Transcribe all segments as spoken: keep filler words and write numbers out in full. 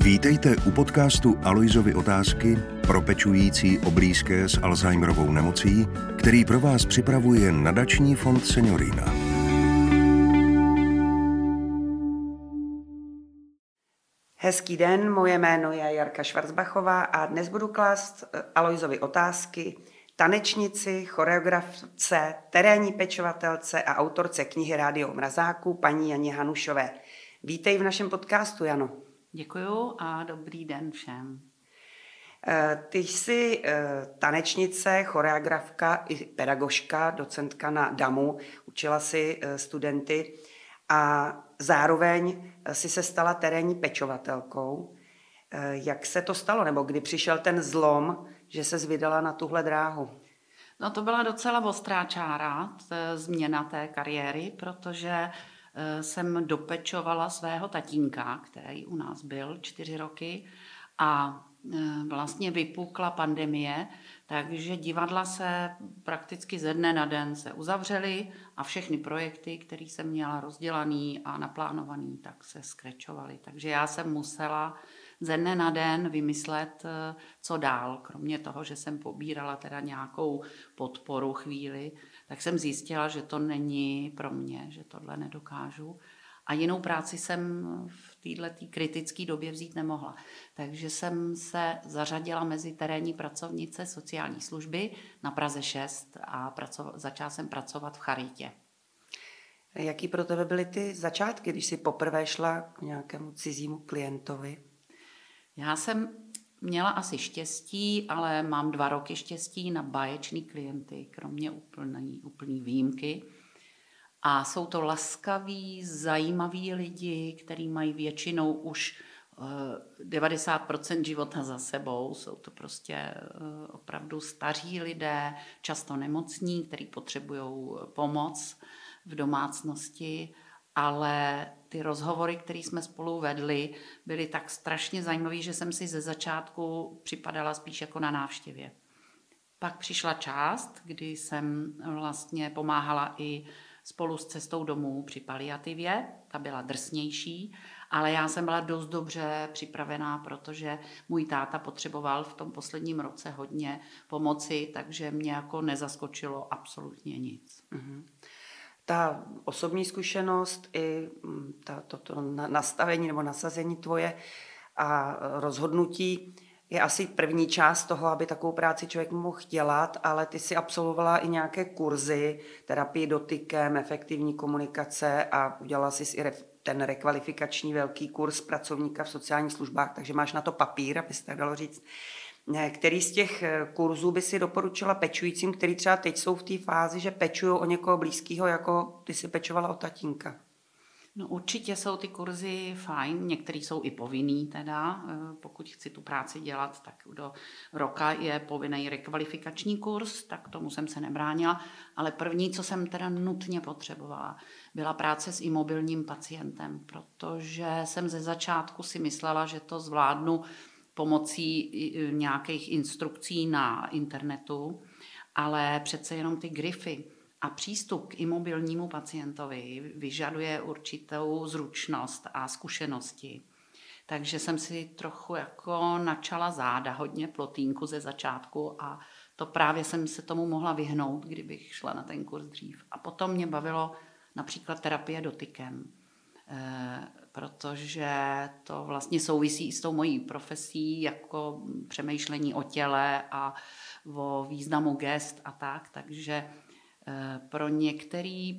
Vítejte u podcastu Aloisovy otázky pro pečující o blízké s Alzheimerovou nemocí, který pro vás připravuje Nadační fond Seniorina. Hezký den, moje jméno je Jarka Švarcbachová a dnes budu klást Aloisovy otázky tanečnici, choreografce, terénní pečovatelce a autorce knihy Rádio Mrazáku, paní Janě Hanušové. Vítej v našem podcastu, Jano. Děkuju a dobrý den všem. Ty jsi tanečnice, choreografka i pedagožka, docentka na damu, učila si studenty a zároveň si se stala terénní pečovatelkou. Jak se to stalo, nebo kdy přišel ten zlom, že ses vydala na tuhle dráhu? No to byla docela ostrá čára, změna té kariéry, protože jsem dopečovala svého tatínka, který u nás byl čtyři roky a vlastně vypukla pandemie, takže divadla se prakticky ze dne na den se uzavřely a všechny projekty, které jsem měla rozdělaný a naplánovaný, tak se skrečovaly. Takže já jsem musela ze dne na den vymyslet, co dál. Kromě toho, že jsem pobírala teda nějakou podporu chvíli, tak jsem zjistila, že to není pro mě, že tohle nedokážu. A jinou práci jsem v této kritické době vzít nemohla. Takže jsem se zařadila mezi terénní pracovnice sociální služby na Praze šest a pracov- začala jsem pracovat v charitě. Jaký pro tebe byly ty začátky, když jsi poprvé šla k nějakému cizímu klientovi? Já jsem měla asi štěstí, ale mám dva roky štěstí na báječný klienty, kromě úplný, úplný výjimky. A jsou to laskaví, zajímaví lidi, kteří mají většinou už devadesát procent života za sebou. Jsou to prostě opravdu staří lidé, často nemocní, kteří potřebují pomoc v domácnosti. Ale ty rozhovory, které jsme spolu vedli, byly tak strašně zajímavé, že jsem si ze začátku připadala spíš jako na návštěvě. Pak přišla část, kdy jsem vlastně pomáhala i spolu s cestou domů při paliativě, ta byla drsnější, ale já jsem byla dost dobře připravená, protože můj táta potřeboval v tom posledním roce hodně pomoci, takže mě jako nezaskočilo absolutně nic. Mm-hmm. Ta osobní zkušenost i ta, to, to nastavení nebo nasazení tvoje a rozhodnutí je asi první část toho, aby takovou práci člověk mohl dělat, ale ty si absolvovala i nějaké kurzy, terapii dotykem, efektivní komunikace a udělala jsi i ten rekvalifikační velký kurz pracovníka v sociálních službách, takže máš na to papír, aby se tak dalo říct. Který z těch kurzů by si doporučila pečujícím, který třeba teď jsou v té fázi, že pečují o někoho blízkého, jako ty si pečovala o tatínka? No určitě jsou ty kurzy fajn, některý jsou i povinný teda, pokud chci tu práci dělat, tak do roka je povinný rekvalifikační kurz, tak tomu jsem se nebránila, ale první, co jsem teda nutně potřebovala, byla práce s imobilním pacientem, protože jsem ze začátku si myslela, že to zvládnu pomocí nějakých instrukcí na internetu, ale přece jenom ty grify a přístup k imobilnímu pacientovi vyžaduje určitou zručnost a zkušenosti. Takže jsem si trochu jako načala záda, hodně plotínku ze začátku a to právě jsem se tomu mohla vyhnout, kdybych šla na ten kurz dřív. A potom mě bavilo například terapie dotykem, e, protože to vlastně souvisí s tou mojí profesí, jako přemýšlení o těle a o významu gest a tak, takže pro některé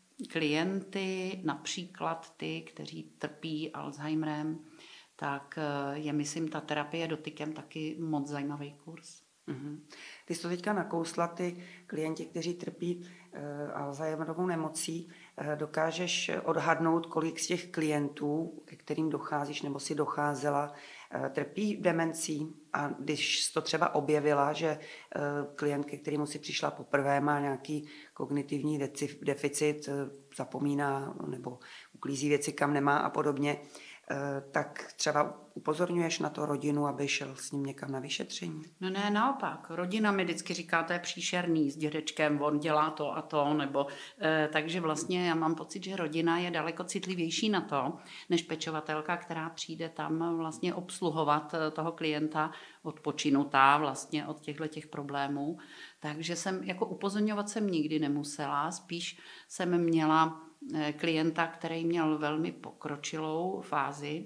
klienty, například ty, kteří trpí Alzheimerem, tak je, myslím, ta terapie dotykem taky moc zajímavý kurz. Mm-hmm. Ty jsi to teďka nakousla, ty klienti, kteří trpí uh, Alzheimerovou nemocí, uh, dokážeš odhadnout, kolik z těch klientů, ke kterým docházíš nebo si docházela, uh, trpí demencí? A když jsi to třeba objevila, že uh, klient, ke kterému si přišla poprvé, má nějaký kognitivní deficit, uh, zapomíná nebo uklízí věci, kam nemá a podobně, tak třeba upozorňuješ na to rodinu, aby šel s ním někam na vyšetření? No ne, naopak. Rodina mi vždycky říká, to je příšerný s dědečkem, on dělá to a to, nebo eh, takže vlastně já mám pocit, že rodina je daleko citlivější na to, než pečovatelka, která přijde tam vlastně obsluhovat toho klienta odpočinutá vlastně od těchto těch problémů. Takže jsem jako upozorňovat jsem nikdy nemusela, spíš jsem měla klienta, který měl velmi pokročilou fázi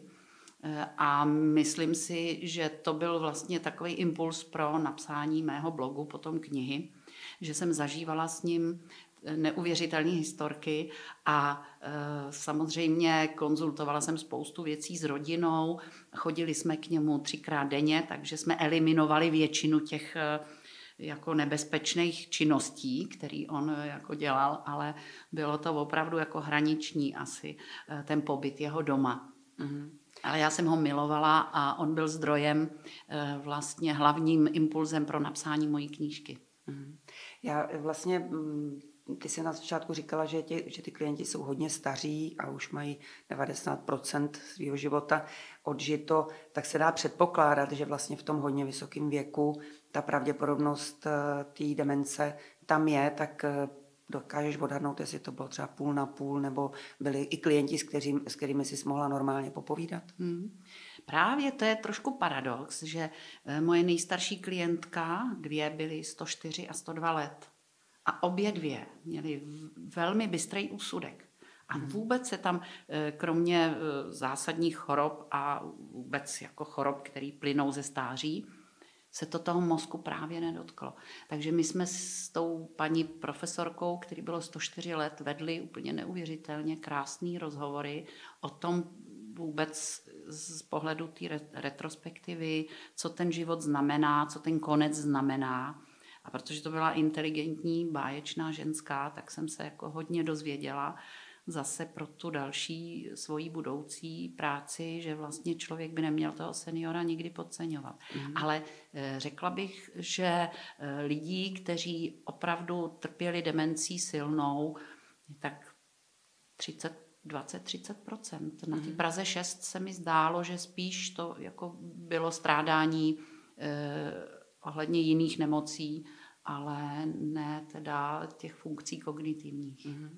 a myslím si, že to byl vlastně takový impuls pro napsání mého blogu, potom knihy, že jsem zažívala s ním neuvěřitelné historky a e, samozřejmě konzultovala jsem spoustu věcí s rodinou, chodili jsme k němu třikrát denně, takže jsme eliminovali většinu těch jako nebezpečných činností, který on jako dělal, ale bylo to opravdu jako hraniční asi ten pobyt jeho doma. Mm. Ale já jsem ho milovala a on byl zdrojem, vlastně hlavním impulzem pro napsání mojí knížky. Mm. Já vlastně, ty jsi na začátku říkala, že, tě, že ty klienti jsou hodně staří a už mají devadesát procent svého života odžito, tak se dá předpokládat, že vlastně v tom hodně vysokém věku ta pravděpodobnost té demence tam je, tak dokážeš odhadnout, jestli to bylo třeba půl na půl, nebo byli i klienti, s, kterým, s kterými jsi mohla normálně popovídat? Hmm. Právě to je trošku paradox, že moje nejstarší klientka, dvě byly sto čtyři a sto dva let. A obě dvě měly velmi bystrý úsudek. A vůbec se tam, kromě zásadních chorob a vůbec jako chorob, které plynou ze stáří, se to toho mozku právě nedotklo. Takže my jsme s tou paní profesorkou, který bylo sto čtyři let, vedli úplně neuvěřitelně krásný rozhovory o tom vůbec z pohledu té retrospektivy, co ten život znamená, co ten konec znamená. A protože to byla inteligentní, báječná ženská, tak jsem se jako hodně dozvěděla zase pro tu další svoji budoucí práci, že vlastně člověk by neměl toho seniora nikdy podceňovat. Mm. Ale e, řekla bych, že e, lidí, kteří opravdu trpěli demencí silnou, tak třicet, dvacet třicet procent. Na té Praze šest se mi zdálo, že spíš to jako bylo strádání e, ohledně jiných nemocí, ale ne teda těch funkcí kognitivních. Mm.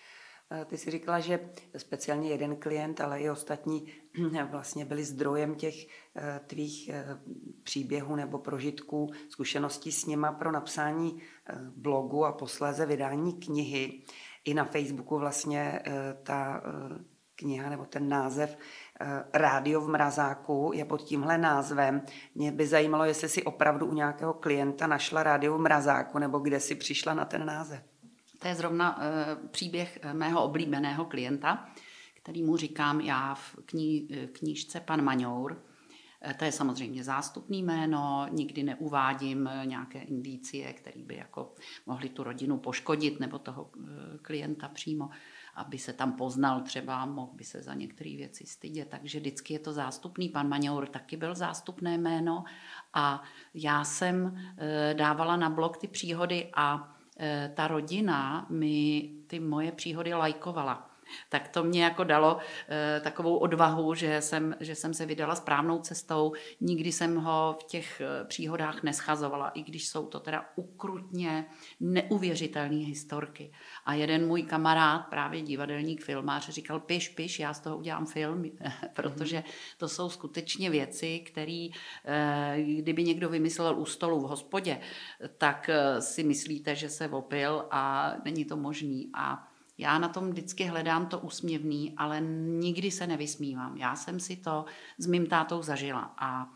Ty jsi říkala, že speciálně jeden klient, ale i ostatní vlastně byli zdrojem těch tvých příběhů nebo prožitků, zkušeností s nima pro napsání blogu a posléze vydání knihy. I na Facebooku vlastně ta kniha nebo ten název Rádio v mrazáku je pod tímhle názvem. Mě by zajímalo, jestli si opravdu u nějakého klienta našla Rádio v mrazáku nebo kde si přišla na ten název. To je zrovna uh, příběh mého oblíbeného klienta, kterýmu říkám já v kní, knížce Pan Maňour. To je samozřejmě zástupný jméno, nikdy neuvádím nějaké indicie, které by jako mohly tu rodinu poškodit nebo toho klienta přímo, aby se tam poznal třeba, mohl by se za některé věci stydět. Takže vždycky je to zástupný. Pan Maňour taky byl zástupné jméno a já jsem dávala na blog ty příhody a ta rodina mi ty moje příhody lajkovala. Tak to mě jako dalo e, takovou odvahu, že jsem, že jsem se vydala správnou cestou. Nikdy jsem ho v těch příhodách neschazovala, i když jsou to teda ukrutně neuvěřitelné historky. A jeden můj kamarád, právě divadelník, filmář, říkal, piš, piš, já z toho udělám film, protože to jsou skutečně věci, které, e, kdyby někdo vymyslel u stolu v hospodě, tak si myslíte, že se opil a není to možný. A já na tom vždycky hledám to úsměvný, ale nikdy se nevysmívám. Já jsem si to s mým tátou zažila. A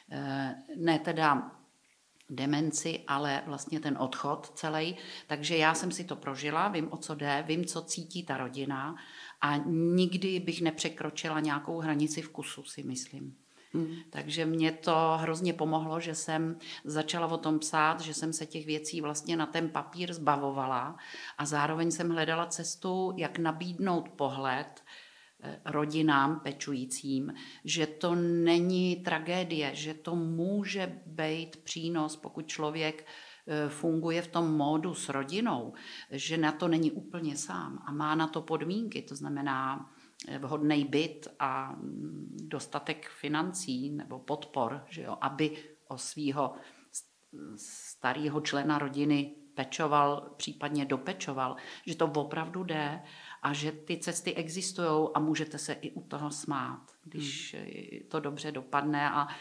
e, ne teda demenci, ale vlastně ten odchod celý. Takže já jsem si to prožila, vím, o co jde, vím, co cítí ta rodina a nikdy bych nepřekročila nějakou hranici vkusu, si myslím. Hmm. Takže mě to hrozně pomohlo, že jsem začala o tom psát, že jsem se těch věcí vlastně na ten papír zbavovala a zároveň jsem hledala cestu, jak nabídnout pohled rodinám pečujícím, že to není tragédie, že to může být přínos, pokud člověk funguje v tom módu s rodinou, že na to není úplně sám a má na to podmínky, to znamená vhodný byt a dostatek financí nebo podpor, že jo, aby o svého starého člena rodiny pečoval, případně dopečoval, že to opravdu jde a že ty cesty existují a můžete se i u toho smát, když hmm. to dobře dopadne. A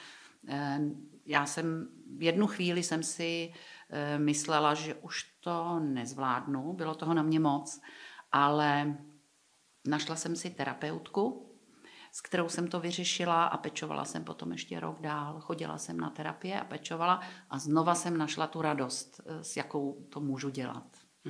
já jsem v jednu chvíli jsem si myslela, že už to nezvládnu, bylo toho na mě moc, ale našla jsem si terapeutku, s kterou jsem to vyřešila a pečovala jsem potom ještě rok dál. Chodila jsem na terapie a pečovala a znova jsem našla tu radost, s jakou to můžu dělat.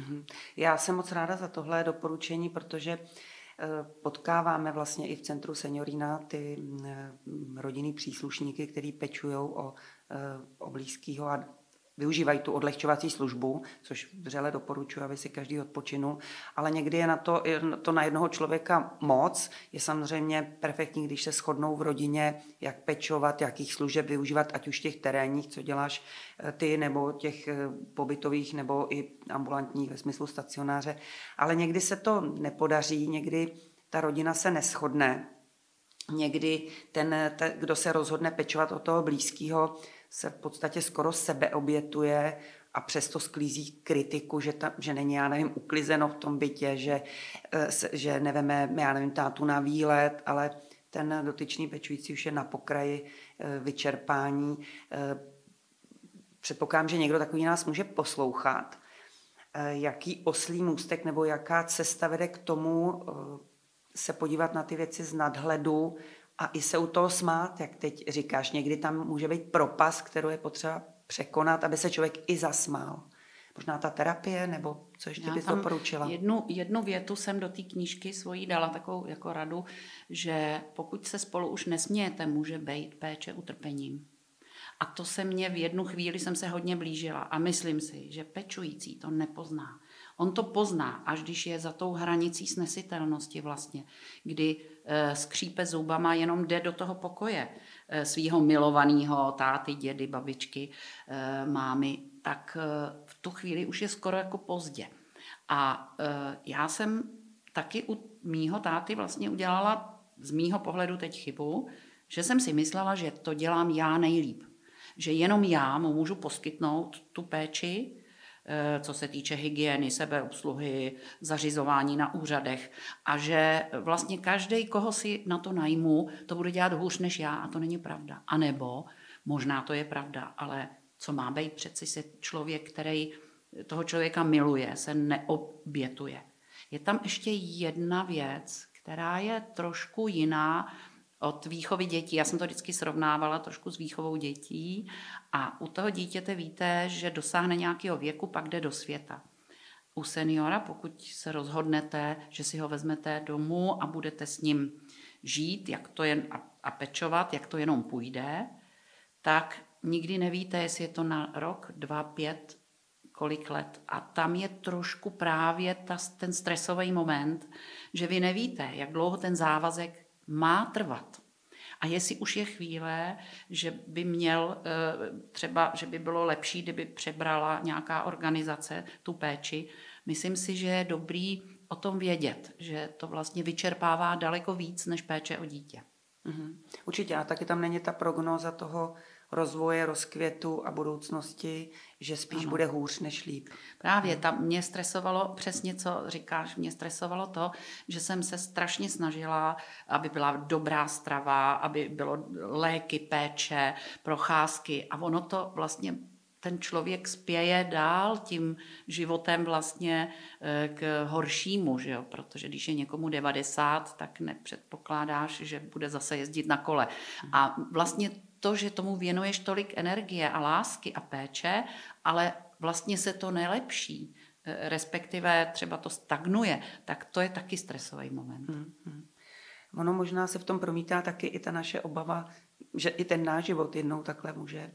Já jsem moc ráda za tohle doporučení, protože potkáváme vlastně i v Centru Seniorína ty rodinný příslušníky, kteří pečují o, o blízkýho a využívají tu odlehčovací službu, což vřele doporučuji, aby si každý odpočinul, ale někdy je na to, je to na jednoho člověka moc. Je samozřejmě perfektní, když se shodnou v rodině, jak pečovat, jakých služeb využívat, ať už těch terénních, co děláš ty, nebo těch pobytových, nebo i ambulantních ve smyslu stacionáře. Ale někdy se to nepodaří, někdy ta rodina se neshodne. Někdy ten, ten kdo se rozhodne pečovat o toho blízkého, se v podstatě skoro sebeobětuje a přesto sklízí kritiku, že, ta, že není, já nevím, uklizeno v tom bytě, že, že neveme, já nevím, tátu na výlet, ale ten dotyčný pečující už je na pokraji vyčerpání. Předpokládám, že někdo takový nás může poslouchat. Jaký oslí můstek nebo jaká cesta vede k tomu se podívat na ty věci z nadhledu a i se u toho smát, jak teď říkáš. Někdy tam může být propas, kterou je potřeba překonat, aby se člověk i zasmál. Možná ta terapie, nebo co ještě bys doporučila? Jednu, jednu větu jsem do té knížky svojí dala takovou jako radu, že pokud se spolu už nesmějete, může být péče utrpením. A to se mě v jednu chvíli jsem se hodně blížila a myslím si, že pečující to nepozná. On to pozná, až když je za tou hranicí snesitelnosti vlastně, kdy e, skřípe zubama, jenom jde do toho pokoje e, svýho milovaného táty, dědy, babičky, e, mámy, tak e, v tu chvíli už je skoro jako pozdě. A e, já jsem taky u mýho táty vlastně udělala z mýho pohledu teď chybu, že jsem si myslela, že to dělám já nejlíp. Že jenom já mu můžu poskytnout tu péči, co se týče hygieny, sebeobsluhy, zařizování na úřadech a že vlastně každý, koho si na to najmu, to bude dělat hůř než já a to není pravda. A nebo možná to je pravda, ale co má být, přeci se člověk, který toho člověka miluje, se neobětuje. Je tam ještě jedna věc, která je trošku jiná od výchovy dětí. Já jsem to vždycky srovnávala trošku s výchovou dětí a u toho dítěte víte, že dosáhne nějakého věku, pak jde do světa. U seniora, pokud se rozhodnete, že si ho vezmete domů a budete s ním žít jak to jen, a, a pečovat, jak to jenom půjde, tak nikdy nevíte, jestli je to na rok, dva, pět, kolik let. A tam je trošku právě ta, ten stresový moment, že vy nevíte, jak dlouho ten závazek má trvat. A jestli už je chvíle, že by měl třeba, že by bylo lepší, kdyby přebrala nějaká organizace tu péči, myslím si, že je dobrý o tom vědět, že to vlastně vyčerpává daleko víc než péče o dítě. Mhm. Určitě, a taky tam není ta prognóza toho rozvoje, rozkvětu a budoucnosti, že spíš ano. bude hůř než líp. Právě, tam mě stresovalo, přesně co říkáš, mě stresovalo to, že jsem se strašně snažila, aby byla dobrá strava, aby bylo léky, péče, procházky a ono to vlastně ten člověk spěje dál tím životem vlastně k horšímu, že jo? Protože když je někomu devadesát, tak nepředpokládáš, že bude zase jezdit na kole. A vlastně to, že tomu věnuješ tolik energie a lásky a péče, ale vlastně se to nelepší, respektive třeba to stagnuje, tak to je taky stresový moment. Hmm, hmm. Ono možná se v tom promítá taky i ta naše obava, že i ten náš život jednou takhle může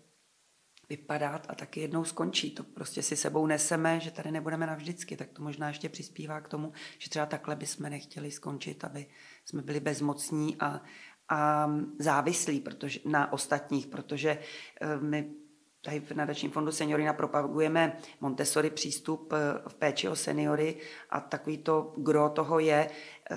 vypadat a taky jednou skončí. To prostě si sebou neseme, že tady nebudeme navždycky, tak to možná ještě přispívá k tomu, že třeba takhle bychom nechtěli skončit, aby jsme byli bezmocní a, a závislí protože, na ostatních, protože my tady v Nadačním fondu Seniorina propagujeme Montessori přístup v péči o seniory a takový to gro toho je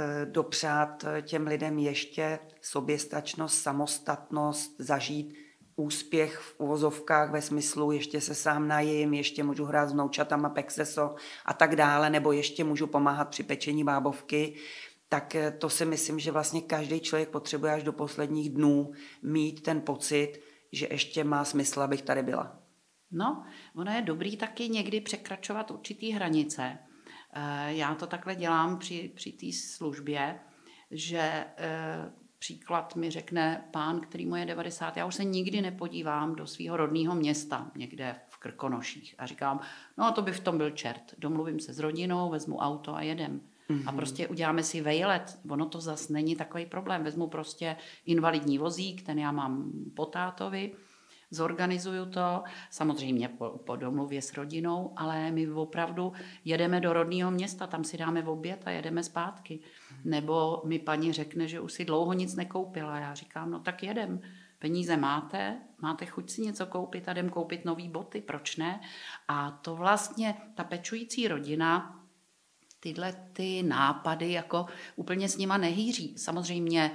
dopřát těm lidem ještě soběstačnost, samostatnost, zažít úspěch v uvozovkách ve smyslu ještě se sám najím, ještě můžu hrát s vnoučatama pexeso a tak dále, nebo ještě můžu pomáhat při pečení bábovky, tak to si myslím, že vlastně každý člověk potřebuje až do posledních dnů mít ten pocit, že ještě má smysl, abych tady byla. No, ono je dobrý taky někdy překračovat určitý hranice. Já to takhle dělám při, při té službě, že příklad mi řekne pán, který mu je devadesát, já už se nikdy nepodívám do svého rodného města, někde v Krkonoších. A říkám, no a to by v tom byl čert. Domluvím se s rodinou, vezmu auto a jedem. Mm-hmm. A prostě uděláme si vejlet. Ono to zas není takový problém. Vezmu prostě invalidní vozík, ten já mám po tátovi, zorganizuju to, samozřejmě po, po domluvě s rodinou, ale my opravdu jedeme do rodného města, tam si dáme oběd a jedeme zpátky. Nebo mi paní řekne, že už si dlouho nic nekoupila. Já říkám, no tak jedem. Peníze máte, máte chuť si něco koupit a jdem koupit nový boty, proč ne? A to vlastně ta pečující rodina tyhle ty nápady jako úplně s nima nehýří. Samozřejmě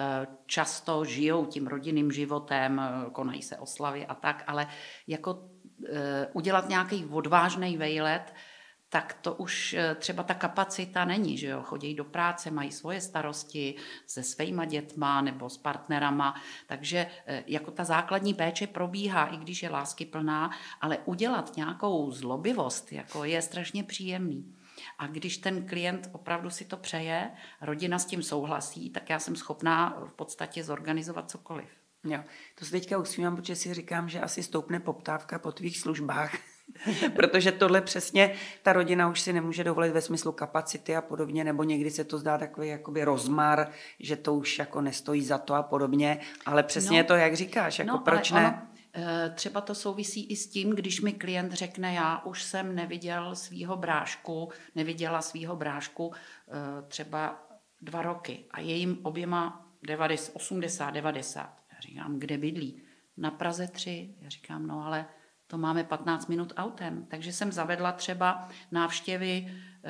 často žijou tím rodinným životem, konají se oslavy a tak, ale jako udělat nějaký odvážný vejlet, tak to už třeba ta kapacita není, že jo, chodí do práce, mají svoje starosti se svýma dětma nebo s partnerama, takže jako ta základní péče probíhá, i když je láskyplná, ale udělat nějakou zlobivost jako je strašně příjemný. A když ten klient opravdu si to přeje, rodina s tím souhlasí, tak já jsem schopná v podstatě zorganizovat cokoliv. Jo, to se teďka usmívám, protože si říkám, že asi stoupne poptávka po tvých službách, protože tohle přesně ta rodina už si nemůže dovolit ve smyslu kapacity a podobně, nebo někdy se to zdá takový jakoby rozmar, že to už jako nestojí za to a podobně, ale přesně no, je to, jak říkáš, jako no, proč ne? Ono, třeba to souvisí i s tím, když mi klient řekne, já už jsem neviděl svýho brášku, neviděla svýho brášku třeba dva roky a je jim oběma osmdesát devadesát. Já říkám, kde bydlí? Na Praze tři. Já říkám, no ale to máme patnáct minut autem. Takže jsem zavedla třeba návštěvy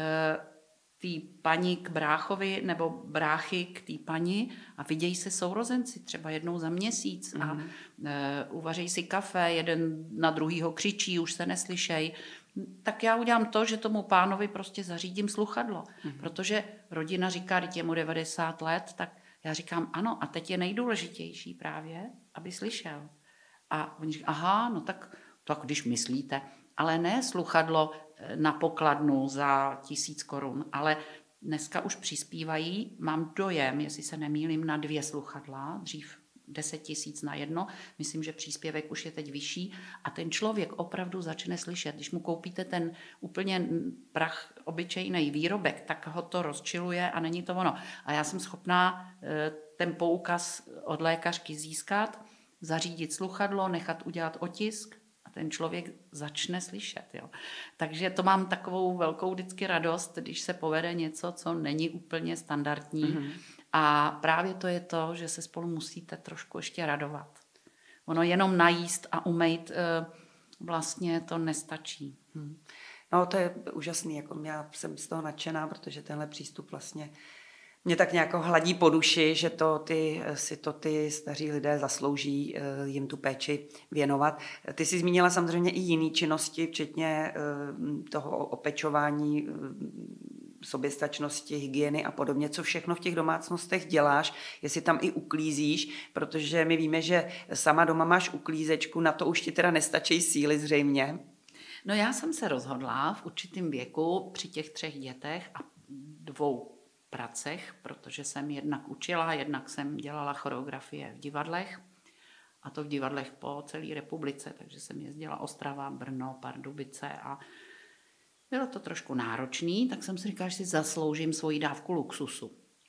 té paní k bráchovi nebo bráchy k té paní a vidějí se sourozenci třeba jednou za měsíc a mm. e, uvaří si kafe, jeden na druhýho křičí, už se neslyšej. Tak já udělám to, že tomu pánovi prostě zařídím sluchadlo, mm. protože rodina říká, že je mu devadesát let, tak já říkám ano a teď je nejdůležitější právě, aby slyšel. A oni říkají, aha, no tak, tak když myslíte, ale ne sluchadlo na pokladnu za tisíc korun, ale dneska už přispívají, mám dojem, jestli se nemýlím, na dvě sluchadla, dřív deset tisíc na jedno, myslím, že příspěvek už je teď vyšší a ten člověk opravdu začne slyšet. Když mu koupíte ten úplně prach obyčejný výrobek, tak ho to rozčiluje a není to ono. A já jsem schopná ten poukaz od lékařky získat, zařídit sluchadlo, nechat udělat otisk, ten člověk začne slyšet. Jo. Takže to mám takovou velkou vždycky radost, když se povede něco, co není úplně standardní. Mm-hmm. A právě to je to, že se spolu musíte trošku ještě radovat. Ono jenom najíst a umejt vlastně to nestačí. Hmm. No to je úžasný, jako já jsem z toho nadšená, protože tenhle přístup vlastně mě tak nějak hladí po duši, že to ty, si to ty staří lidé zaslouží jim tu péči věnovat. Ty jsi zmínila samozřejmě i jiné činnosti, včetně toho opečování, soběstačnosti, hygieny a podobně, co všechno v těch domácnostech děláš, jestli tam i uklízíš, protože my víme, že sama doma máš uklízečku, na to už ti teda nestačí síly zřejmě. No já jsem se rozhodla v určitém věku při těch třech dětech a dvou pracech, protože jsem jednak učila, jednak jsem dělala choreografie v divadlech a to v divadlech po celé republice, takže jsem jezdila Ostrava, Brno, Pardubice a bylo to trošku náročný, tak jsem si říkala, že si zasloužím svoji dávku luxusu.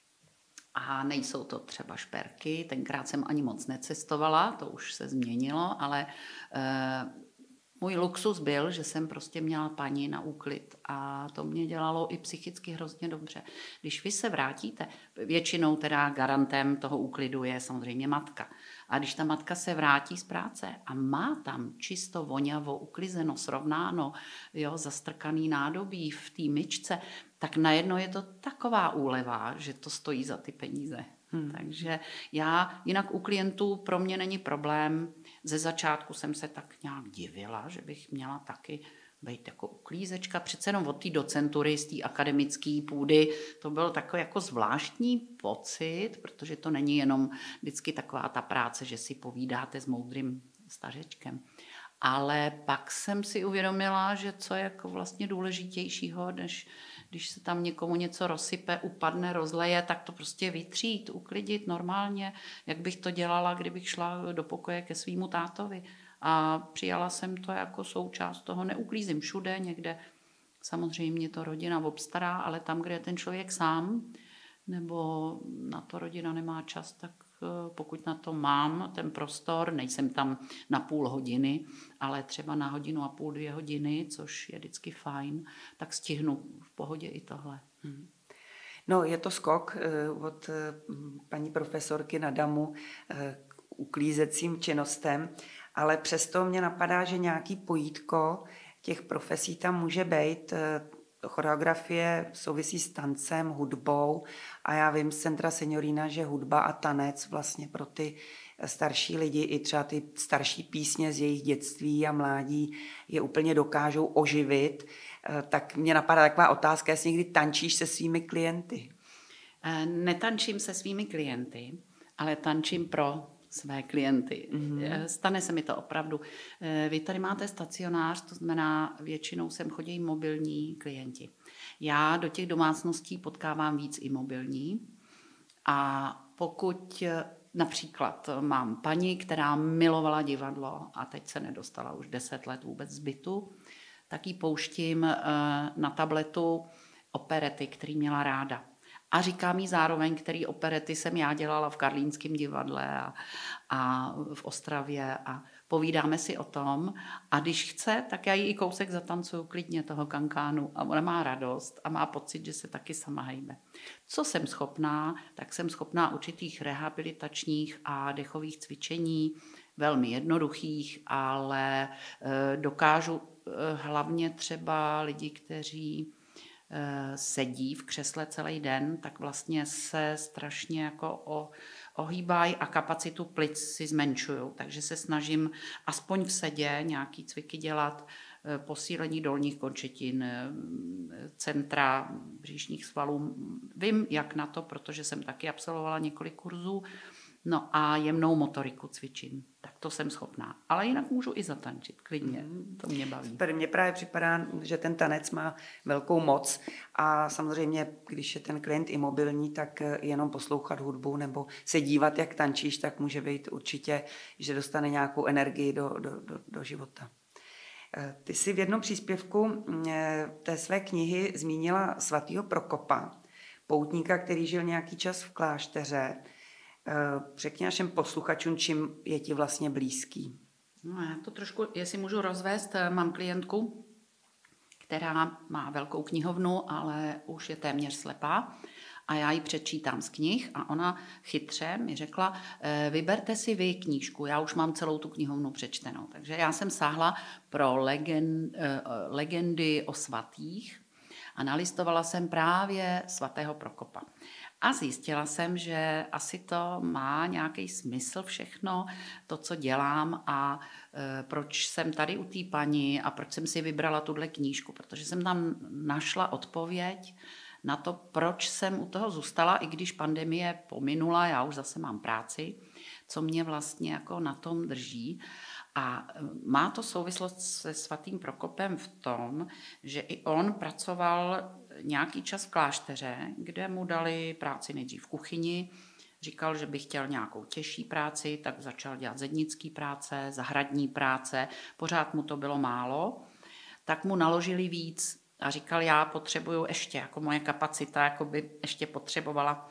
A nejsou to třeba šperky, tenkrát jsem ani moc necestovala, to už se změnilo, ale e, můj luxus byl, že jsem prostě měla paní na úklid a to mě dělalo i psychicky hrozně dobře. Když vy se vrátíte, většinou teda garantem toho úklidu je samozřejmě matka, A když ta matka se vrátí z práce a má tam čisto, voňavo, uklizeno, srovnáno, jo, zastrkaný nádobí v té myčce, tak najednou je to taková úleva, že to stojí za ty peníze. Hmm. Takže já, jinak u klientů pro mě není problém. Ze začátku jsem se tak nějak divila, že bych měla taky být jako uklízečka. Přece jenom od té docentury z té akademické půdy to byl takový jako zvláštní pocit, protože to není jenom vždycky taková ta práce, že si povídáte s moudrým stařečkem. Ale pak jsem si uvědomila, že co je jako vlastně důležitějšího, než když se tam někomu něco rozsype, upadne, rozleje, tak to prostě vytřít, uklidit normálně, jak bych to dělala, kdybych šla do pokoje ke svýmu tátovi. A přijala jsem to jako součást toho. Neuklízím všude, někde samozřejmě to rodina obstará, ale tam, kde je ten člověk sám, nebo na to rodina nemá čas, tak pokud na to mám ten prostor, nejsem tam na půl hodiny, ale třeba na hodinu a půl, dvě hodiny, což je vždycky fajn, tak stihnu v pohodě i tohle. Hmm. No, je to skok od paní profesorky na damu k uklízecím činnostem, ale přesto mě napadá, že nějaký pojítko těch profesí tam může být. Choreografie souvisí s tancem, hudbou a já vím z Centra Signorina, že hudba a tanec vlastně pro ty starší lidi i třeba ty starší písně z jejich dětství a mládí je úplně dokážou oživit. Tak mě napadá taková otázka, jestli někdy tančíš se svými klienty. Netančím se svými klienty, ale tančím pro své klienty. Mm-hmm. Stane se mi to opravdu. Vy tady máte stacionář, to znamená, většinou sem chodí mobilní klienti. Já do těch domácností potkávám víc i mobilní a pokud například mám paní, která milovala divadlo a teď se nedostala už deset let vůbec z bytu, tak ji pouštím na tabletu operety, který měla ráda. A říkám jí zároveň, který operety jsem já dělala v Karlínském divadle a, a v Ostravě a povídáme si o tom. A když chce, tak já jí i kousek zatancuju klidně toho kankánu a ona má radost a má pocit, že se taky sama hejbe. Co jsem schopná, tak jsem schopná určitých rehabilitačních a dechových cvičení, velmi jednoduchých, ale e, dokážu e, hlavně třeba lidi, kteří sedí v křesle celý den, tak vlastně se strašně jako o, ohýbají a kapacitu plic si zmenšují. Takže se snažím aspoň v sedě nějaký cviky dělat, posílení dolních končetin, centra břišních svalů. Vím, jak na to, protože jsem taky absolvovala několik kurzů. No a jemnou motoriku cvičím. Tak to jsem schopná. Ale jinak můžu i zatančit, klidně. To mě baví. Tady mně právě připadá, že ten tanec má velkou moc a samozřejmě, když je ten klient imobilní, tak jenom poslouchat hudbu nebo se dívat, jak tančíš, tak může být určitě, že dostane nějakou energii do, do, do, do života. Ty jsi v jednom příspěvku té své knihy zmínila svatého Prokopa, poutníka, který žil nějaký čas v klášteře. Řekni našim posluchačům, čím je ti vlastně blízký. No, já to trošku, jestli můžu rozvést, mám klientku, která má velkou knihovnu, ale už je téměř slepá a já ji přečítám z knih a ona chytře mi řekla, vyberte si vy knížku, já už mám celou tu knihovnu přečtenou. Takže já jsem sáhla pro legend, legendy o svatých a nalistovala jsem právě svatého Prokopa. A zjistila jsem, že asi to má nějaký smysl všechno, to, co dělám a e, proč jsem tady u té paní a proč jsem si vybrala tuhle knížku, protože jsem tam našla odpověď na to, proč jsem u toho zůstala, i když pandemie pominula, já už zase mám práci, co mě vlastně jako na tom drží. A má to souvislost se svatým Prokopem v tom, že i on pracoval nějaký čas v klášteře, kde mu dali práci nejdřív v kuchyni. Říkal, že by chtěl nějakou těžší práci, tak začal dělat zednický práce, zahradní práce. Pořád mu to bylo málo. Tak mu naložili víc a říkal, já potřebuju ještě, jako moje kapacita jako by ještě potřebovala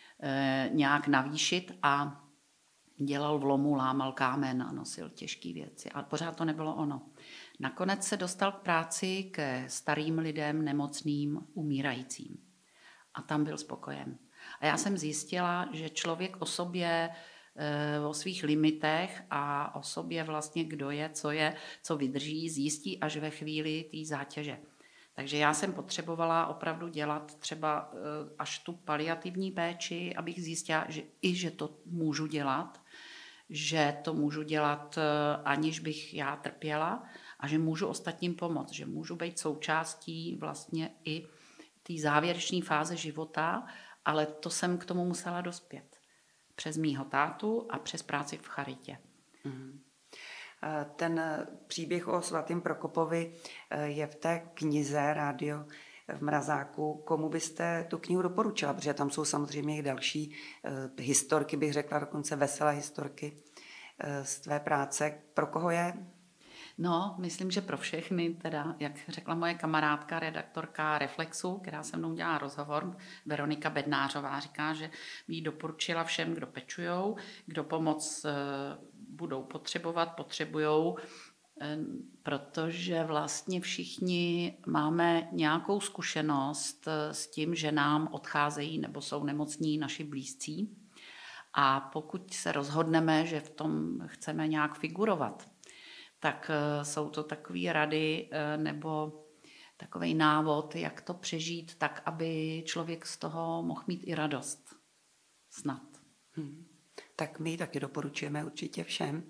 e, nějak navýšit a dělal v lomu, lámal kámen a nosil těžké věci. Ale pořád to nebylo ono. Nakonec se dostal k práci ke starým lidem, nemocným, umírajícím. A tam byl spokojen. A já jsem zjistila, že člověk o sobě o svých limitech a o sobě vlastně, kdo je, co je, co vydrží, zjistí až ve chvíli té zátěže. Takže já jsem potřebovala opravdu dělat třeba až tu paliativní péči, abych zjistila, že i že to můžu dělat, že to můžu dělat, aniž bych já trpěla a že můžu ostatním pomoct, že můžu být součástí vlastně i té závěrečné fáze života, ale to jsem k tomu musela dospět. Přes mýho tátu a přes práci v charitě. Mm. Ten příběh o svatém Prokopovi je v té knize Rádio v Mrazáku. Komu byste tu knihu doporučila? Protože tam jsou samozřejmě i další historky, bych řekla, dokonce veselé historky z tvé práce. Pro koho je? No, myslím, že pro všechny, teda, jak řekla moje kamarádka, redaktorka Reflexu, která se mnou dělá rozhovor, Veronika Bednářová, říká, že by jí doporučila všem, kdo pečujou, kdo pomoc budou potřebovat, potřebujou, protože vlastně všichni máme nějakou zkušenost s tím, že nám odcházejí nebo jsou nemocní naši blízcí. A pokud se rozhodneme, že v tom chceme nějak figurovat, tak jsou to takové rady nebo takový návod, jak to přežít tak, aby člověk z toho mohl mít i radost. Snad. Hmm. Tak my taky doporučujeme určitě všem.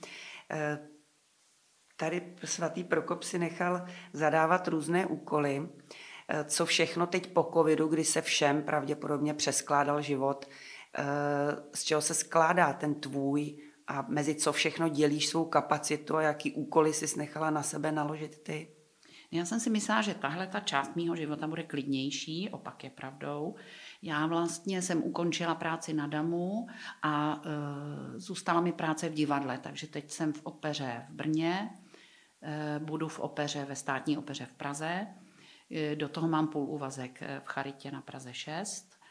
Tady svatý Prokop si nechal zadávat různé úkoly, co všechno teď po covidu, kdy se všem pravděpodobně přeskládal život, z čeho se skládá ten tvůj a mezi co všechno dělíš svou kapacitu a jaký úkoly jsi nechala na sebe naložit ty? Já jsem si myslela, že tahle ta část mýho života bude klidnější, opak je pravdou. Já vlastně jsem ukončila práci na Damu a e, zůstala mi práce v divadle, takže teď jsem v opeře v Brně, e, budu v opeře ve státní opeře v Praze, e, do toho mám půl úvazek v charitě na Praze šest.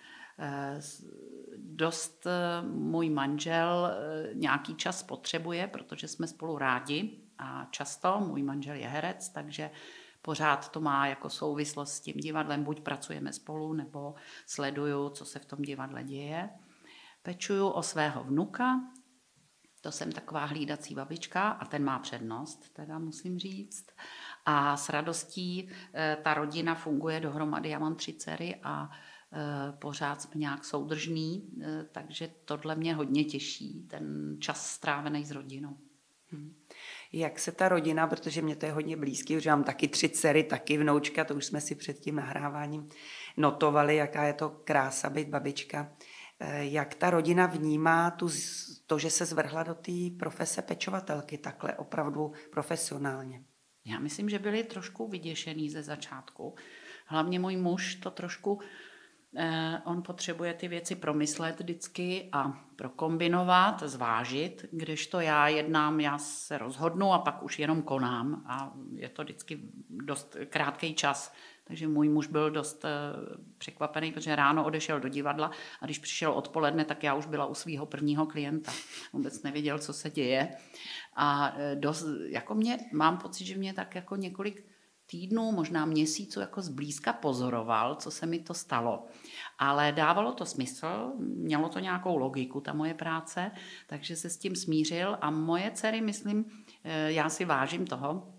Dost můj manžel nějaký čas potřebuje, protože jsme spolu rádi a často můj manžel je herec, takže pořád to má jako souvislost s tím divadlem, buď pracujeme spolu, nebo sleduju, co se v tom divadle děje. Pečuju o svého vnuka, to jsem taková hlídací babička a ten má přednost, teda musím říct. A s radostí ta rodina funguje dohromady, já mám tři dcery a pořád jsme nějak soudržný, takže tohle mě hodně těší, ten čas strávený s rodinou. Hmm. Jak se ta rodina, protože mě to je hodně blízký, protože mám taky tři dcery, taky vnoučka, to už jsme si před tím nahráváním notovali, jaká je to krása být babička. Jak ta rodina vnímá tu, to, že se zvrhla do té profese pečovatelky takhle opravdu profesionálně? Já myslím, že byli trošku vyděšený ze začátku. Hlavně můj muž to trošku on potřebuje ty věci promyslet vždycky a prokombinovat, zvážit, kdežto já jednám, já se rozhodnu a pak už jenom konám a je to vždycky dost krátký čas. Takže můj muž byl dost překvapený, protože ráno odešel do divadla a když přišel odpoledne, tak já už byla u svého prvního klienta. Vůbec nevěděl, co se děje. A dost, jako mě, mám pocit, že mě tak jako několik týdnů, možná měsíců jako zblízka pozoroval, co se mi to stalo. Ale dávalo to smysl, mělo to nějakou logiku, ta moje práce, takže se s tím smířil a moje dcery, myslím, já si vážím toho,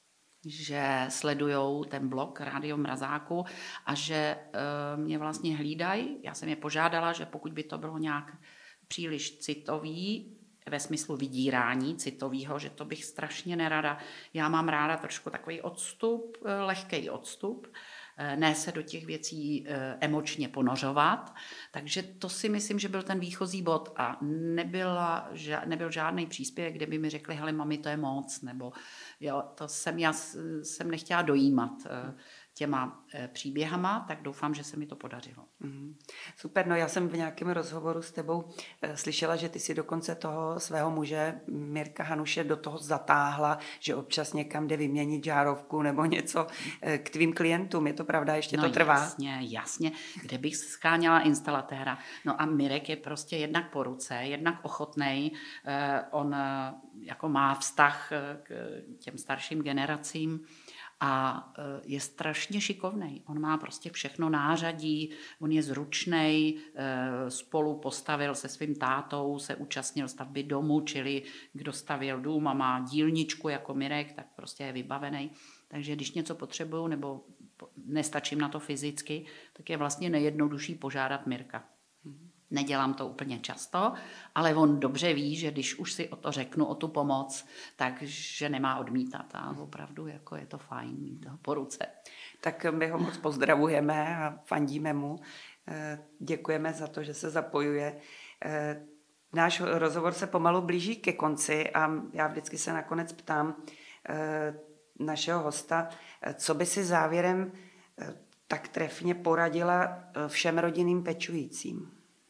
že sledujou ten blog Rádio Mrazáku a že mě vlastně hlídají. Já jsem je požádala, že pokud by to bylo nějak příliš citový, ve smyslu vydírání citového, že to bych strašně nerada. Já mám ráda trošku takový odstup, lehký odstup, ne se do těch věcí emočně ponořovat. Takže to si myslím, že byl ten výchozí bod a nebyla, nebyl žádný příspěvek, kde by mi řekli, hele mami, to je moc, nebo jo, to jsem, já jsem nechtěla dojímat těma příběhama, tak doufám, že se mi to podařilo. Mm, super, no já jsem v nějakém rozhovoru s tebou e, slyšela, že ty si dokonce toho svého muže Mirka Hanuše do toho zatáhla, že občas někam jde vyměnit žárovku nebo něco e, k tvým klientům. Je to pravda? Ještě no to trvá? Jasně, jasně. Kde bych scháněla instalatéra? No a Mirek je prostě jednak po ruce, jednak ochotnej. E, on e, jako má vztah k těm starším generacím a je strašně šikovnej. On má prostě všechno nářadí, on je zručnej, spolu postavil se svým tátou, se účastnil stavby domu, čili kdo stavěl dům a má dílničku jako Mirek, tak prostě je vybavený. Takže když něco potřebuju nebo nestačím na to fyzicky, tak je vlastně nejjednodušší požádat Mirka. Nedělám to úplně často, ale on dobře ví, že když už si o to řeknu, o tu pomoc, takže nemá odmítat. A opravdu jako je to fajn mít ho po ruce. Tak my ho moc pozdravujeme a fandíme mu. Děkujeme za to, že se zapojuje. Náš rozhovor se pomalu blíží ke konci a já vždycky se nakonec ptám našeho hosta, co by si závěrem tak trefně poradila všem rodinným pečujícím.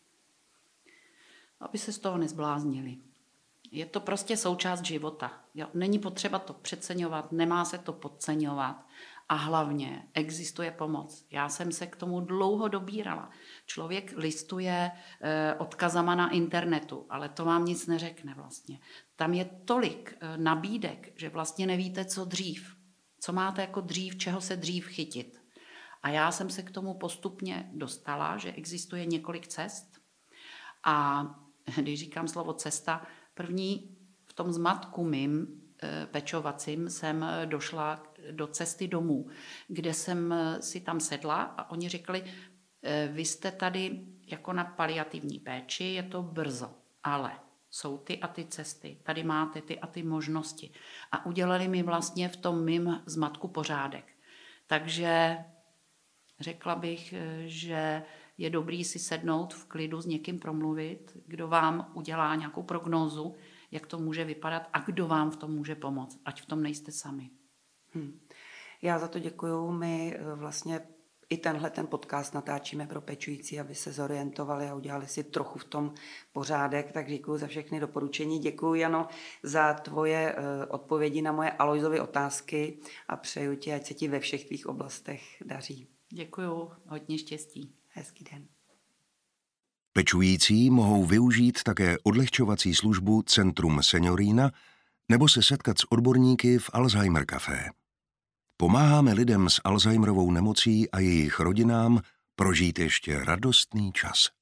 Aby se z toho nezbláznili. Je to prostě součást života. Jo? Není potřeba to přeceňovat, nemá se to podceňovat a hlavně existuje pomoc. Já jsem se k tomu dlouho dobírala. Člověk listuje eh, odkazama na internetu, ale to vám nic neřekne vlastně. Tam je tolik eh, nabídek, že vlastně nevíte, co dřív. Co máte jako dřív, čeho se dřív chytit. A já jsem se k tomu postupně dostala, že existuje několik cest. A když říkám slovo cesta, první v tom zmatku mým pečovacím jsem došla do cesty domů, kde jsem si tam sedla a oni řekli, vy jste tady jako na paliativní péči, je to brzo, ale jsou ty a ty cesty, tady máte ty a ty možnosti. A udělali mi vlastně v tom mým zmatku pořádek. Takže řekla bych, že je dobrý si sednout v klidu s někým promluvit, kdo vám udělá nějakou prognózu, jak to může vypadat a kdo vám v tom může pomoct, ať v tom nejste sami. Hmm. Já za to děkuju. My vlastně i tenhle ten podcast natáčíme pro pečující, aby se zorientovali a udělali si trochu v tom pořádek, tak děkuju za všechny doporučení. Děkuju, Jano, za tvoje odpovědi na moje Alojzovy otázky a přeju ti, ať se ti ve všech tvých oblastech daří. Děkuju, hodně štěstí. Hezký den. Pečující mohou využít také odlehčovací službu Centrum Seniorína nebo se setkat s odborníky v Alzheimer Café. Pomáháme lidem s Alzheimerovou nemocí a jejich rodinám prožít ještě radostný čas.